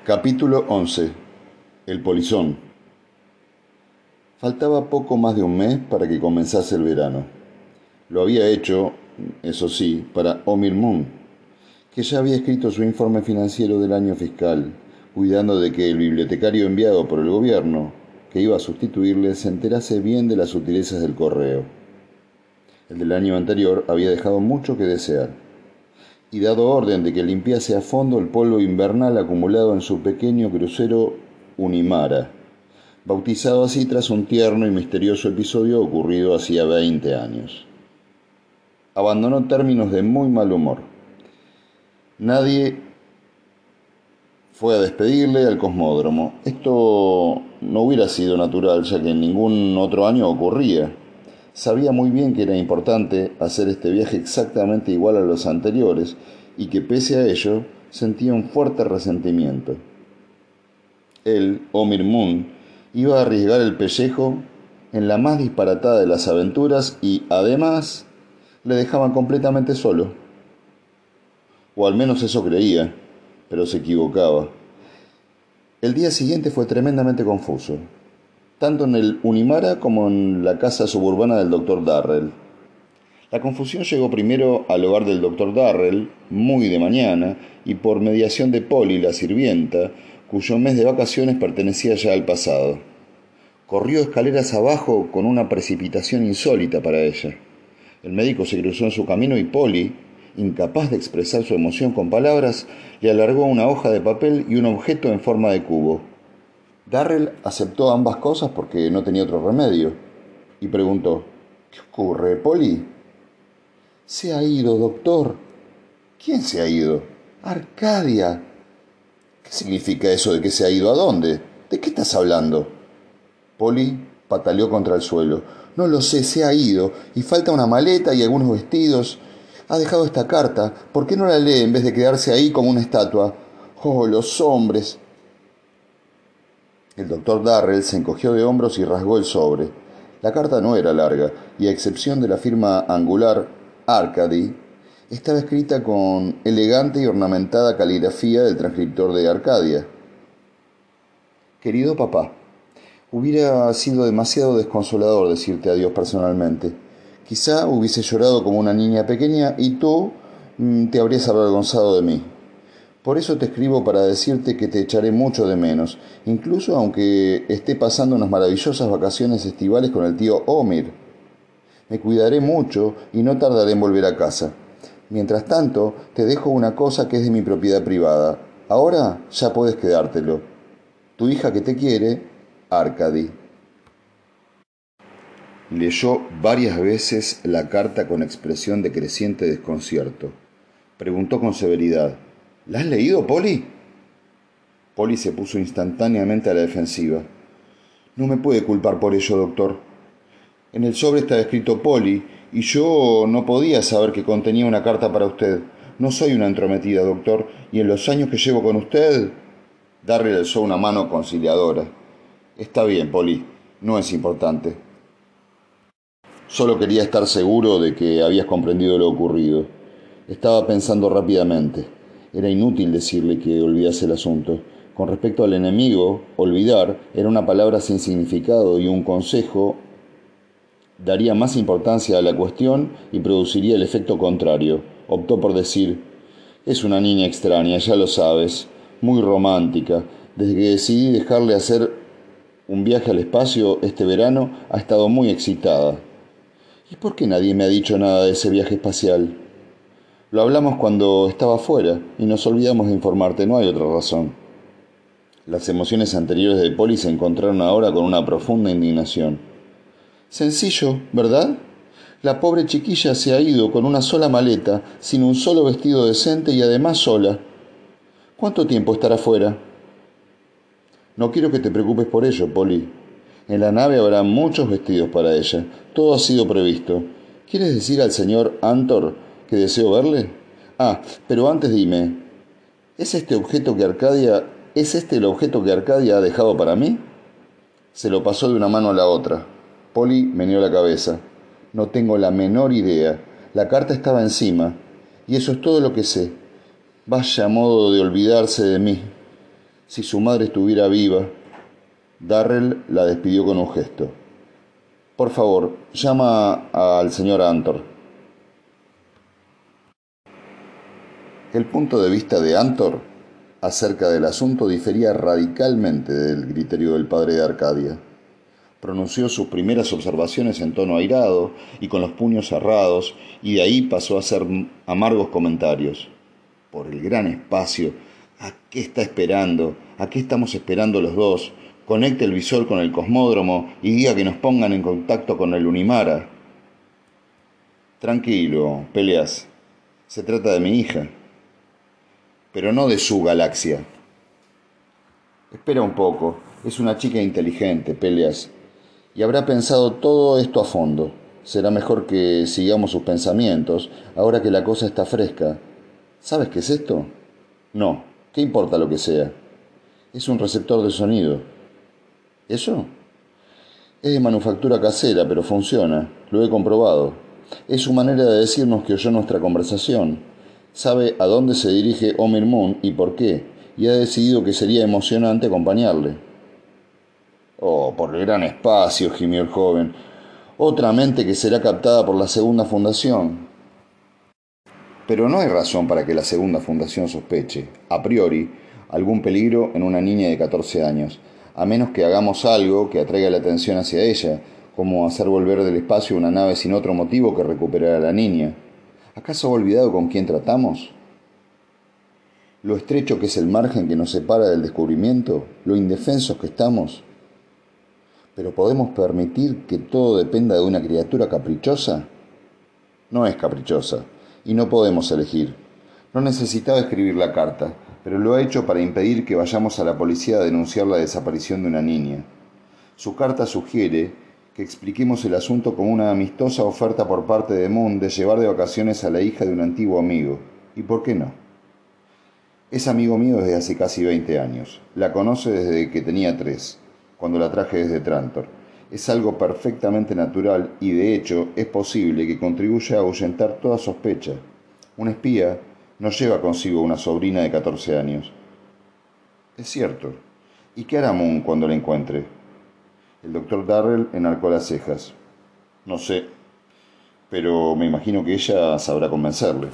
Capítulo 11. El polizón. Faltaba poco más de un mes para que comenzase el verano. Lo había hecho, eso sí, para Omir Moon, que ya había escrito su informe financiero del año fiscal, cuidando de que el bibliotecario enviado por el gobierno, que iba a sustituirle, se enterase bien de las sutilezas del correo. El del año anterior había dejado mucho que desear, y dado orden de que limpiase a fondo el polvo invernal acumulado en su pequeño crucero Unimara, bautizado así tras un tierno y misterioso episodio ocurrido hacía 20 años. Abandonó términos de muy mal humor. Nadie fue a despedirle al cosmódromo. Esto no hubiera sido natural, ya que en ningún otro año ocurría. Sabía muy bien que era importante hacer este viaje exactamente igual a los anteriores y que pese a ello sentía un fuerte resentimiento. Él, Omir Moon, iba a arriesgar el pellejo en la más disparatada de las aventuras y, además, le dejaban completamente solo. O al menos eso creía, pero se equivocaba. El día siguiente fue tremendamente confuso, tanto en el Unimara como en la casa suburbana del Dr. Darrell. La confusión llegó primero al hogar del Dr. Darrell, muy de mañana, y por mediación de Polly, la sirvienta, cuyo mes de vacaciones pertenecía ya al pasado. Corrió escaleras abajo con una precipitación insólita para ella. El médico se cruzó en su camino y Polly, incapaz de expresar su emoción con palabras, le alargó una hoja de papel y un objeto en forma de cubo. Darrell aceptó ambas cosas porque no tenía otro remedio, y preguntó: «¿Qué ocurre, Polly?» «Se ha ido, doctor». «¿Quién se ha ido?» «Arcadia». «¿Qué significa eso de que se ha ido? ¿A dónde? ¿De qué estás hablando?» Polly pataleó contra el suelo. «No lo sé, se ha ido, y falta una maleta y algunos vestidos. Ha dejado esta carta. ¿Por qué no la lee en vez de quedarse ahí como una estatua? ¡Oh, los hombres!» El doctor Darrell se encogió de hombros y rasgó el sobre. La carta no era larga, y a excepción de la firma angular Arcady, estaba escrita con elegante y ornamentada caligrafía del transcriptor de Arcadia. «Querido papá, hubiera sido demasiado desconsolador decirte adiós personalmente. Quizá hubiese llorado como una niña pequeña y tú te habrías avergonzado de mí. Por eso te escribo para decirte que te echaré mucho de menos, incluso aunque esté pasando unas maravillosas vacaciones estivales con el tío Omir. Me cuidaré mucho y no tardaré en volver a casa. Mientras tanto, te dejo una cosa que es de mi propiedad privada. Ahora ya puedes quedártelo. Tu hija que te quiere, Arcady». Leyó varias veces la carta con expresión de creciente desconcierto. Preguntó con severidad: «¿La has leído, Polly?» Polly se puso instantáneamente a la defensiva. «No me puede culpar por ello, doctor. En el sobre está escrito Polly, y yo no podía saber que contenía una carta para usted. No soy una entrometida, doctor, y en los años que llevo con usted...» Darrell alzó una mano conciliadora. «Está bien, Polly, no es importante. Solo quería estar seguro de que habías comprendido lo ocurrido. Estaba pensando rápidamente. Era inútil decirle que olvidase el asunto. Con respecto al enemigo, olvidar era una palabra sin significado y un consejo daría más importancia a la cuestión y produciría el efecto contrario. Optó por decir: «Es una niña extraña, ya lo sabes, muy romántica. Desde que decidí dejarle hacer un viaje al espacio este verano, ha estado muy excitada». «¿Y por qué nadie me ha dicho nada de ese viaje espacial?» «Lo hablamos cuando estaba afuera y nos olvidamos de informarte, no hay otra razón». Las emociones anteriores de Polly se encontraron ahora con una profunda indignación. «Sencillo, ¿verdad? La pobre chiquilla se ha ido con una sola maleta, sin un solo vestido decente y además sola. ¿Cuánto tiempo estará fuera?» «No quiero que te preocupes por ello, Polly. En la nave habrá muchos vestidos para ella. Todo ha sido previsto. ¿Quieres decir al señor Antor que deseo verle? Ah, pero antes dime, ¿es este el objeto que Arcadia ha dejado para mí?» Se lo pasó de una mano a la otra. Polly meneó la cabeza. «No tengo la menor idea. La carta estaba encima. Y eso es todo lo que sé. Vaya modo de olvidarse de mí». Si su madre estuviera viva, Darrell la despidió con un gesto. Por favor, llama al señor Antor. El punto de vista de Antor acerca del asunto difería radicalmente del criterio del padre de Arcadia. Pronunció sus primeras observaciones en tono airado y con los puños cerrados, y de ahí pasó a hacer amargos comentarios. Por el gran espacio, ¿a qué está esperando? ¿A qué estamos esperando los dos? Conecte el visor con el cosmódromo y diga que nos pongan en contacto con el Unimara. Tranquilo, Peleas. Se trata de mi hija. Pero no de su galaxia. Espera un poco. Es una chica inteligente, Peleas. Y habrá pensado todo esto a fondo. Será mejor que sigamos sus pensamientos, ahora que la cosa está fresca. ¿Sabes qué es esto? No. ¿Qué importa lo que sea? Es un receptor de sonido. ¿Eso? Es de manufactura casera, pero funciona. Lo he comprobado. Es su manera de decirnos que oyó nuestra conversación. Sabe a dónde se dirige Omir Moon y por qué, y ha decidido que sería emocionante acompañarle. Oh, por el gran espacio, gimió el joven. Otra mente que será captada por la segunda fundación. Pero no hay razón para que la segunda fundación sospeche, a priori, algún peligro en una niña de 14 años, a menos que hagamos algo que atraiga la atención hacia ella, como hacer volver del espacio una nave sin otro motivo que recuperar a la niña. ¿Acaso ha olvidado con quién tratamos? Lo estrecho que es el margen que nos separa del descubrimiento, lo indefensos que estamos. ¿Pero podemos permitir que todo dependa de una criatura caprichosa? No es caprichosa, y no podemos elegir. No necesitaba escribir la carta, pero lo ha hecho para impedir que vayamos a la policía a denunciar la desaparición de una niña. Su carta sugiere que expliquemos el asunto como una amistosa oferta por parte de Moon de llevar de vacaciones a la hija de un antiguo amigo. ¿Y por qué no? Es amigo mío desde hace casi 20 años. La conoce desde que tenía 3, cuando la traje desde Trantor. Es algo perfectamente natural y de hecho es posible que contribuya a ahuyentar toda sospecha. Un espía no lleva consigo una sobrina de 14 años. Es cierto. ¿Y qué hará Moon cuando la encuentre? El doctor Darrell enarcó las cejas. No sé, pero me imagino que ella sabrá convencerle.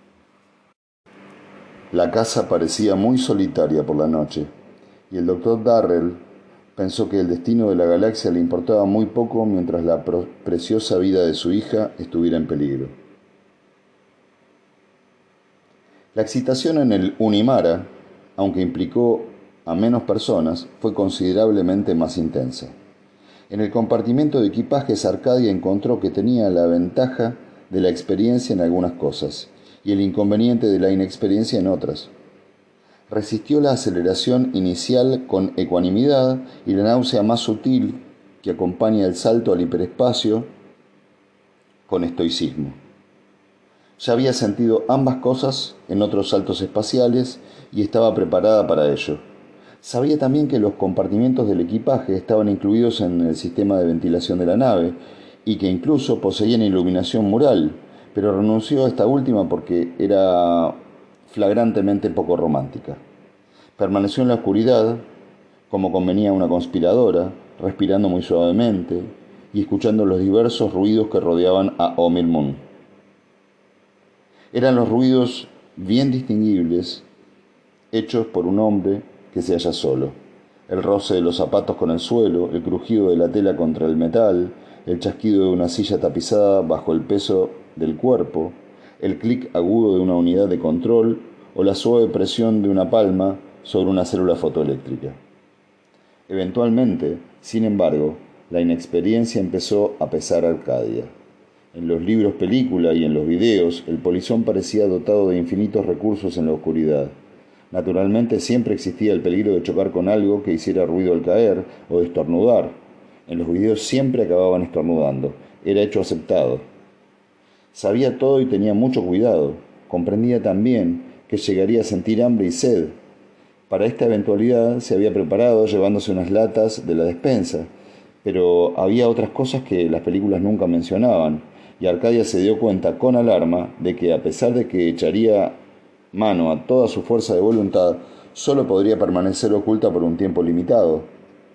La casa parecía muy solitaria por la noche, y el doctor Darrell pensó que el destino de la galaxia le importaba muy poco mientras la preciosa vida de su hija estuviera en peligro. La excitación en el Unimara, aunque implicó a menos personas, fue considerablemente más intensa. En el compartimento de equipajes, Arcadia encontró que tenía la ventaja de la experiencia en algunas cosas y el inconveniente de la inexperiencia en otras. Resistió la aceleración inicial con ecuanimidad y la náusea más sutil que acompaña el salto al hiperespacio con estoicismo. Ya había sentido ambas cosas en otros saltos espaciales y estaba preparada para ello. Sabía también que los compartimientos del equipaje estaban incluidos en el sistema de ventilación de la nave y que incluso poseían iluminación mural, pero renunció a esta última porque era flagrantemente poco romántica. Permaneció en la oscuridad, como convenía a una conspiradora, respirando muy suavemente y escuchando los diversos ruidos que rodeaban a Omir Moon. Eran los ruidos bien distinguibles, hechos por un hombre que se halla solo. El roce de los zapatos con el suelo, el crujido de la tela contra el metal, el chasquido de una silla tapizada bajo el peso del cuerpo, el clic agudo de una unidad de control o la suave presión de una palma sobre una célula fotoeléctrica. Eventualmente, sin embargo, la inexperiencia empezó a pesar a Arcadia. En los libros película y en los videos, el polizón parecía dotado de infinitos recursos en la oscuridad. Naturalmente siempre existía el peligro de chocar con algo que hiciera ruido al caer o de estornudar. En los videos siempre acababan estornudando. Era hecho aceptado. Sabía todo y tenía mucho cuidado. Comprendía también que llegaría a sentir hambre y sed. Para esta eventualidad se había preparado llevándose unas latas de la despensa, pero había otras cosas que las películas nunca mencionaban, y Arcadia se dio cuenta con alarma de que a pesar de que echaría mano a toda su fuerza de voluntad, solo podría permanecer oculta por un tiempo limitado.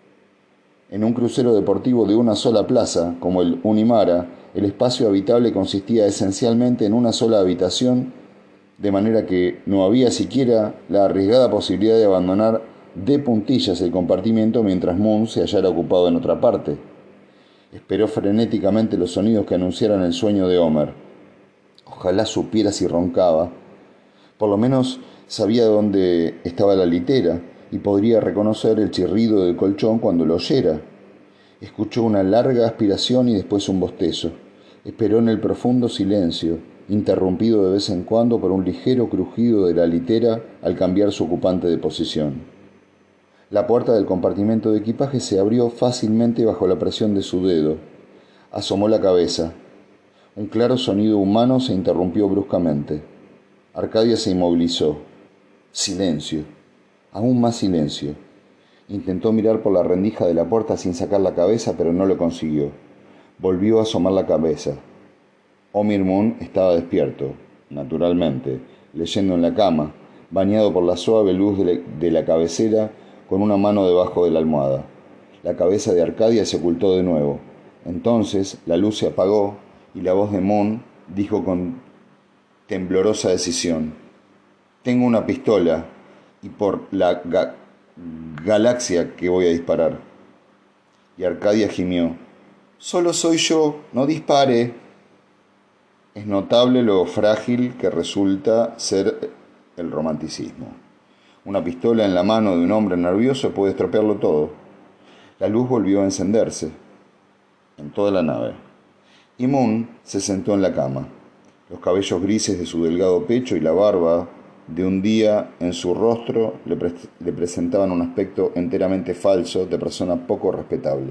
En un crucero deportivo de una sola plaza, como el Unimara, el espacio habitable consistía esencialmente en una sola habitación, de manera que no había siquiera la arriesgada posibilidad de abandonar de puntillas el compartimiento mientras Moon se hallara ocupado en otra parte. Esperó frenéticamente los sonidos que anunciaran el sueño de Homer. Ojalá supiera si roncaba. Por lo menos sabía dónde estaba la litera y podría reconocer el chirrido del colchón cuando lo oyera. Escuchó una larga aspiración y después un bostezo. Esperó en el profundo silencio, interrumpido de vez en cuando por un ligero crujido de la litera al cambiar su ocupante de posición. La puerta del compartimento de equipaje se abrió fácilmente bajo la presión de su dedo. Asomó la cabeza. Un claro sonido humano se interrumpió bruscamente. Arcadia se inmovilizó. Silencio. Aún más silencio. Intentó mirar por la rendija de la puerta sin sacar la cabeza, pero no lo consiguió. Volvió a asomar la cabeza. Omir Moon estaba despierto, naturalmente, leyendo en la cama, bañado por la suave luz de la cabecera, con una mano debajo de la almohada. La cabeza de Arcadia se ocultó de nuevo. Entonces la luz se apagó y la voz de Moon dijo con temblorosa decisión: «Tengo una pistola y por la galaxia que voy a disparar». Y Arcadia gimió: «Solo soy yo, no dispare». Es notable lo frágil que resulta ser el romanticismo. Una pistola en la mano de un hombre nervioso puede estropearlo todo. La luz volvió a encenderse en toda la nave. Y Moon se sentó en la cama. Los cabellos grises de su delgado pecho y la barba de un día en su rostro le presentaban un aspecto enteramente falso de persona poco respetable.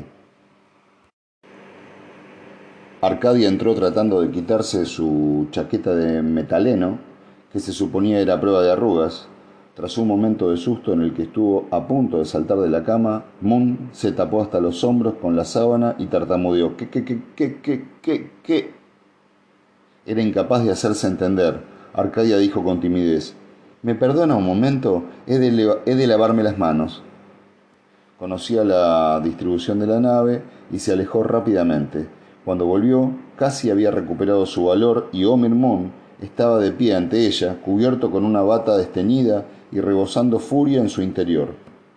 Arcadia entró tratando de quitarse su chaqueta de metaleno, que se suponía era prueba de arrugas. Tras un momento de susto en el que estuvo a punto de saltar de la cama, Moon se tapó hasta los hombros con la sábana y tartamudeó: ¿Qué? Era incapaz de hacerse entender. Arcadia dijo con timidez: «¿Me perdona un momento? He de lavarme las manos». Conocía la distribución de la nave y se alejó rápidamente. Cuando volvió, casi había recuperado su valor y Omir Moon estaba de pie ante ella, cubierto con una bata desteñida y rebosando furia en su interior.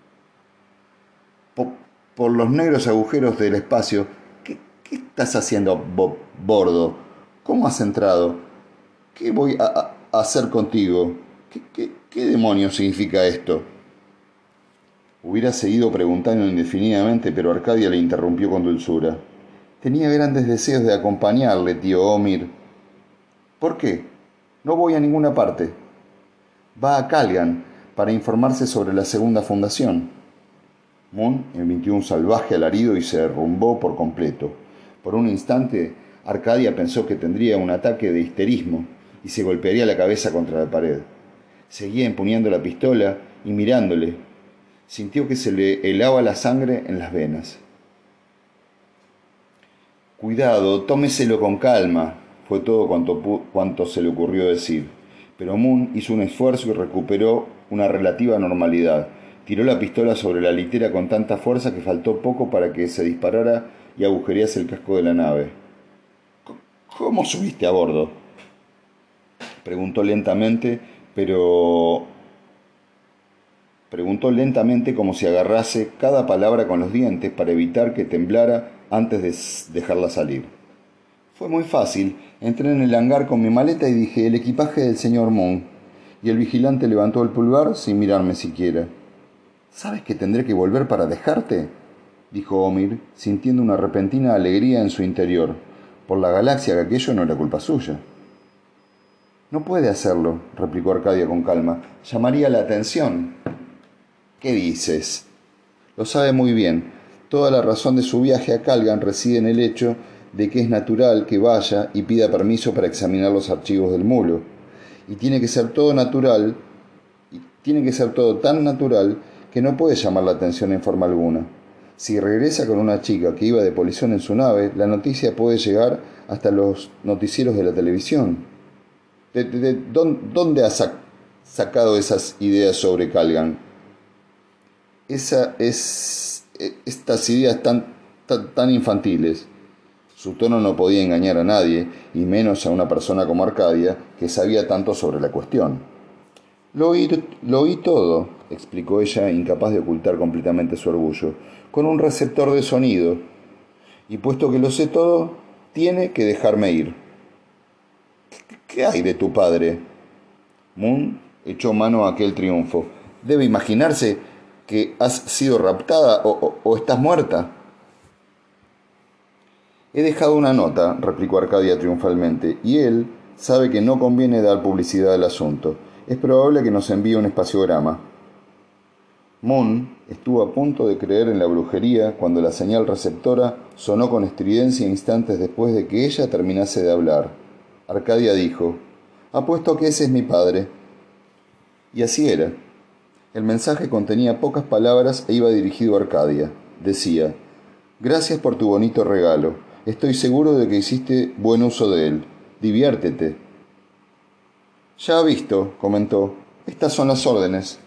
Por los negros agujeros del espacio, ¿qué estás haciendo, Bordo? ¿Cómo has entrado? ¿Qué voy a hacer contigo? ¿Qué demonios significa esto? Hubiera seguido preguntando indefinidamente, pero Arcadia le interrumpió con dulzura. Tenía grandes deseos de acompañarle, tío Omir. ¿Por qué? No voy a ninguna parte. Va a Calgan para informarse sobre la segunda fundación. Moon emitió un salvaje alarido y se derrumbó por completo. Por un instante, Arcadia pensó que tendría un ataque de histerismo y se golpearía la cabeza contra la pared. Seguía empuñando la pistola y mirándole. Sintió que se le helaba la sangre en las venas. «Cuidado, tómeselo con calma», fue todo cuanto se le ocurrió decir. Pero Moon hizo un esfuerzo y recuperó una relativa normalidad. Tiró la pistola sobre la litera con tanta fuerza que faltó poco para que se disparara y agujerease el casco de la nave. «¿Cómo subiste a bordo?», preguntó lentamente como si agarrase cada palabra con los dientes para evitar que temblara antes de dejarla salir. «Fue muy fácil. Entré en el hangar con mi maleta y dije: el equipaje del señor Moon». Y el vigilante levantó el pulgar sin mirarme siquiera. «¿Sabes que tendré que volver para dejarte?», dijo Omir, sintiendo una repentina alegría en su interior. Por la galaxia que aquello no era culpa suya. «No puede hacerlo», replicó Arcadia con calma. «Llamaría la atención». «¿Qué dices?». «Lo sabe muy bien. Toda la razón de su viaje a Calgan reside en el hecho de que es natural que vaya y pida permiso para examinar los archivos del mulo. Y tiene que ser todo tan natural que no puede llamar la atención en forma alguna. Si regresa con una chica que iba de polizón en su nave, la noticia puede llegar hasta los noticieros de la televisión». ¿Dónde has sacado esas ideas sobre Calgan? Estas ideas tan infantiles. Su tono no podía engañar a nadie, y menos a una persona como Arcadia, que sabía tanto sobre la cuestión. Lo oí todo, explicó ella, incapaz de ocultar completamente su orgullo, con un receptor de sonido. Y puesto que lo sé todo, tiene que dejarme ir. ¿Qué hay de tu padre? Moon echó mano a aquel triunfo. Debe imaginarse que has sido raptada o estás muerta. He dejado una nota, replicó Arcadia triunfalmente, y él sabe que no conviene dar publicidad al asunto. Es probable que nos envíe un espaciograma. Moon estuvo a punto de creer en la brujería cuando la señal receptora sonó con estridencia instantes después de que ella terminase de hablar. Arcadia dijo: «Apuesto que ese es mi padre». Y así era. El mensaje contenía pocas palabras e iba dirigido a Arcadia. Decía: «Gracias por tu bonito regalo. Estoy seguro de que hiciste buen uso de él. Diviértete». «Ya ha visto», comentó. «Estas son las órdenes».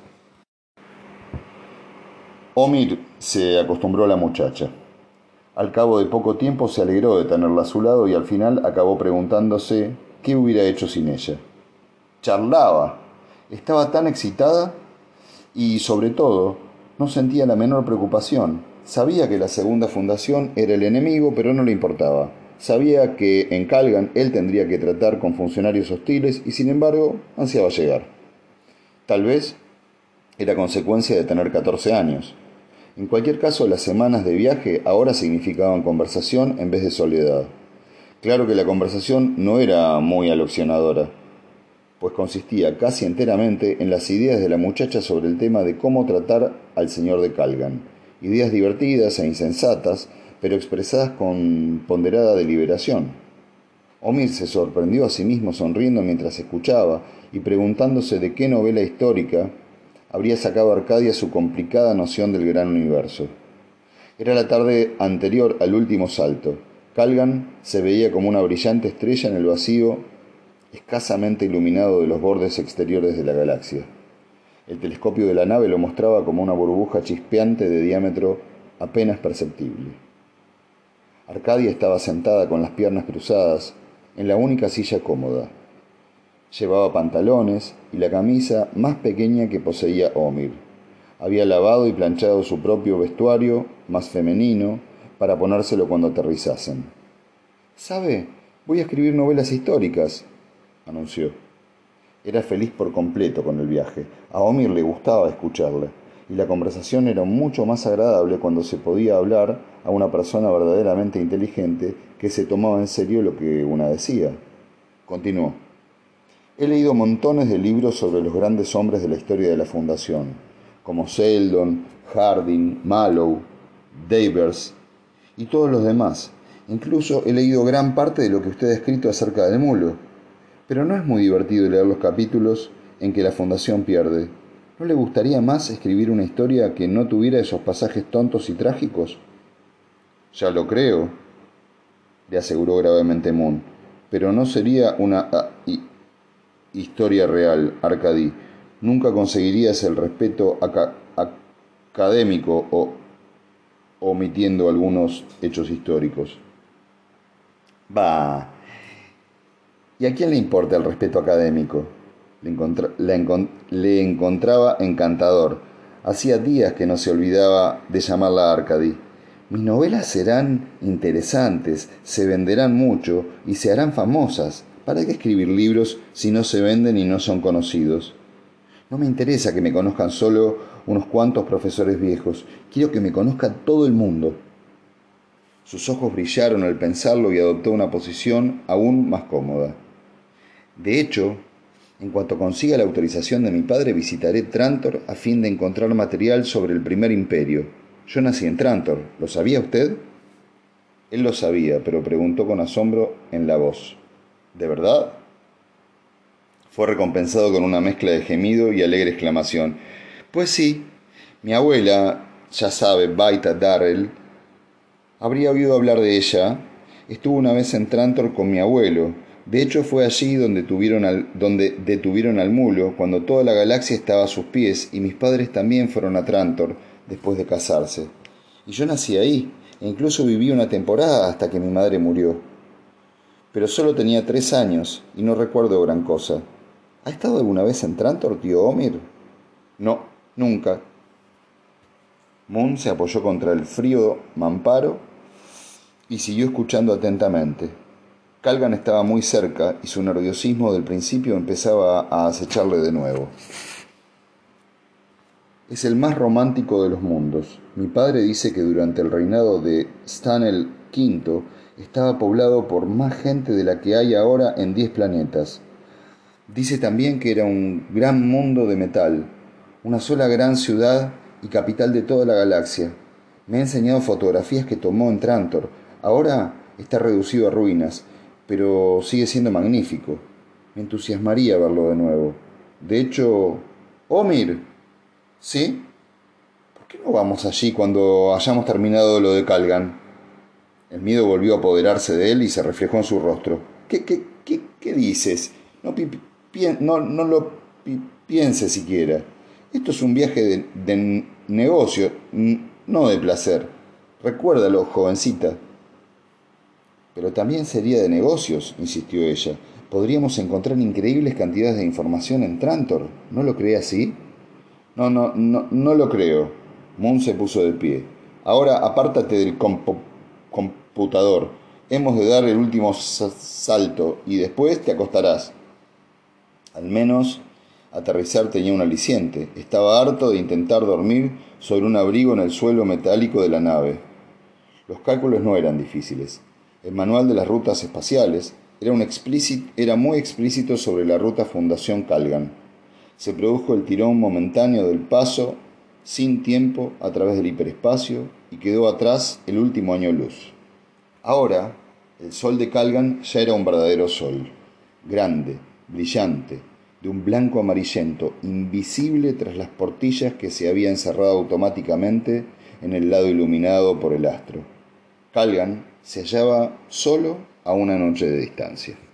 Omir se acostumbró a la muchacha. Al cabo de poco tiempo se alegró de tenerla a su lado y al final acabó preguntándose qué hubiera hecho sin ella. Charlaba. Estaba tan excitada y, sobre todo, no sentía la menor preocupación. Sabía que la segunda fundación era el enemigo, pero no le importaba. Sabía que en Calgan él tendría que tratar con funcionarios hostiles y, sin embargo, ansiaba llegar. Tal vez era consecuencia de tener 14 años. En cualquier caso, las semanas de viaje ahora significaban conversación en vez de soledad. Claro que la conversación no era muy aleccionadora, pues consistía casi enteramente en las ideas de la muchacha sobre el tema de cómo tratar al señor de Calgan. Ideas divertidas e insensatas, pero expresadas con ponderada deliberación. Omir se sorprendió a sí mismo sonriendo mientras escuchaba y preguntándose de qué novela histórica habría sacado Arcadia su complicada noción del gran universo. Era la tarde anterior al último salto. Calgan se veía como una brillante estrella en el vacío escasamente iluminado de los bordes exteriores de la galaxia. El telescopio de la nave lo mostraba como una burbuja chispeante de diámetro apenas perceptible. Arcadia estaba sentada con las piernas cruzadas en la única silla cómoda. Llevaba pantalones y la camisa más pequeña que poseía Omir. Había lavado y planchado su propio vestuario, más femenino, para ponérselo cuando aterrizasen. «¿Sabe? Voy a escribir novelas históricas», anunció. Era feliz por completo con el viaje. A Omir le gustaba escucharla, y la conversación era mucho más agradable cuando se podía hablar a una persona verdaderamente inteligente que se tomaba en serio lo que una decía. Continuó. «He leído montones de libros sobre los grandes hombres de la historia de la Fundación, como Sheldon, Harding, Mallow, Davers y todos los demás. Incluso he leído gran parte de lo que usted ha escrito acerca del mulo. Pero no es muy divertido leer los capítulos en que la Fundación pierde. ¿No le gustaría más escribir una historia que no tuviera esos pasajes tontos y trágicos?» «Ya lo creo», le aseguró gravemente Moon, «pero no sería una historia real, Arcady. Nunca conseguirías el respeto académico omitiendo algunos hechos históricos». «Bah, ¿y a quién le importa el respeto académico?». Le encontraba encantador. Hacía días que no se olvidaba de llamarla Arcady. «Mis novelas serán interesantes, se venderán mucho y se harán famosas. ¿Para qué escribir libros si no se venden y no son conocidos? No me interesa que me conozcan solo unos cuantos profesores viejos. Quiero que me conozca todo el mundo». Sus ojos brillaron al pensarlo y adoptó una posición aún más cómoda. «De hecho, en cuanto consiga la autorización de mi padre, visitaré Trantor a fin de encontrar material sobre el primer imperio. Yo nací en Trantor. ¿Lo sabía usted?». Él lo sabía, pero preguntó con asombro en la voz. «¿De verdad?». Fue recompensado con una mezcla de gemido y alegre exclamación. «Pues sí, mi abuela, ya sabe, Baita Darrell, habría oído hablar de ella. Estuvo una vez en Trantor con mi abuelo. De hecho, fue allí donde detuvieron al mulo, cuando toda la galaxia estaba a sus pies, y mis padres también fueron a Trantor después de casarse. Y yo nací ahí, e incluso viví una temporada hasta que mi madre murió. Pero solo tenía 3 años, y no recuerdo gran cosa. ¿Ha estado alguna vez en Trantor, tío Omir? No, nunca. Moon se apoyó contra el frío mamparo y siguió escuchando atentamente. Calgan estaba muy cerca y su nerviosismo del principio empezaba a acecharle de nuevo. Es el más romántico de los mundos. Mi padre dice que durante el reinado de Stanel V estaba poblado por más gente de la que hay ahora en 10 planetas. Dice también que era un gran mundo de metal, una sola gran ciudad y capital de toda la galaxia. Me ha enseñado fotografías que tomó en Trantor. Ahora está reducido a ruinas, pero sigue siendo magnífico. Me entusiasmaría verlo de nuevo. De hecho, Omir, ¿sí? ¿Por qué no vamos allí cuando hayamos terminado lo de Calgan? El miedo volvió a apoderarse de él y se reflejó en su rostro. ¿Qué dices? No lo pienses siquiera. Esto es un viaje de negocio, no de placer. Recuérdalo, jovencita. Pero también sería de negocios, insistió ella. Podríamos encontrar increíbles cantidades de información en Trantor. ¿No lo cree así? No lo creo. Moon se puso de pie. Ahora apártate del computador. Hemos de dar el último salto y después te acostarás. Al menos aterrizar tenía un aliciente. Estaba harto de intentar dormir sobre un abrigo en el suelo metálico de la nave. Los cálculos no eran difíciles. El manual de las rutas espaciales era muy explícito sobre la ruta Fundación Calgan. Se produjo el tirón momentáneo del paso sin tiempo a través del hiperespacio y quedó atrás el último año luz. Ahora, el sol de Calgan ya era un verdadero sol, grande, brillante, de un blanco amarillento, invisible tras las portillas que se habían cerrado automáticamente en el lado iluminado por el astro. Calgan se hallaba solo a una noche de distancia.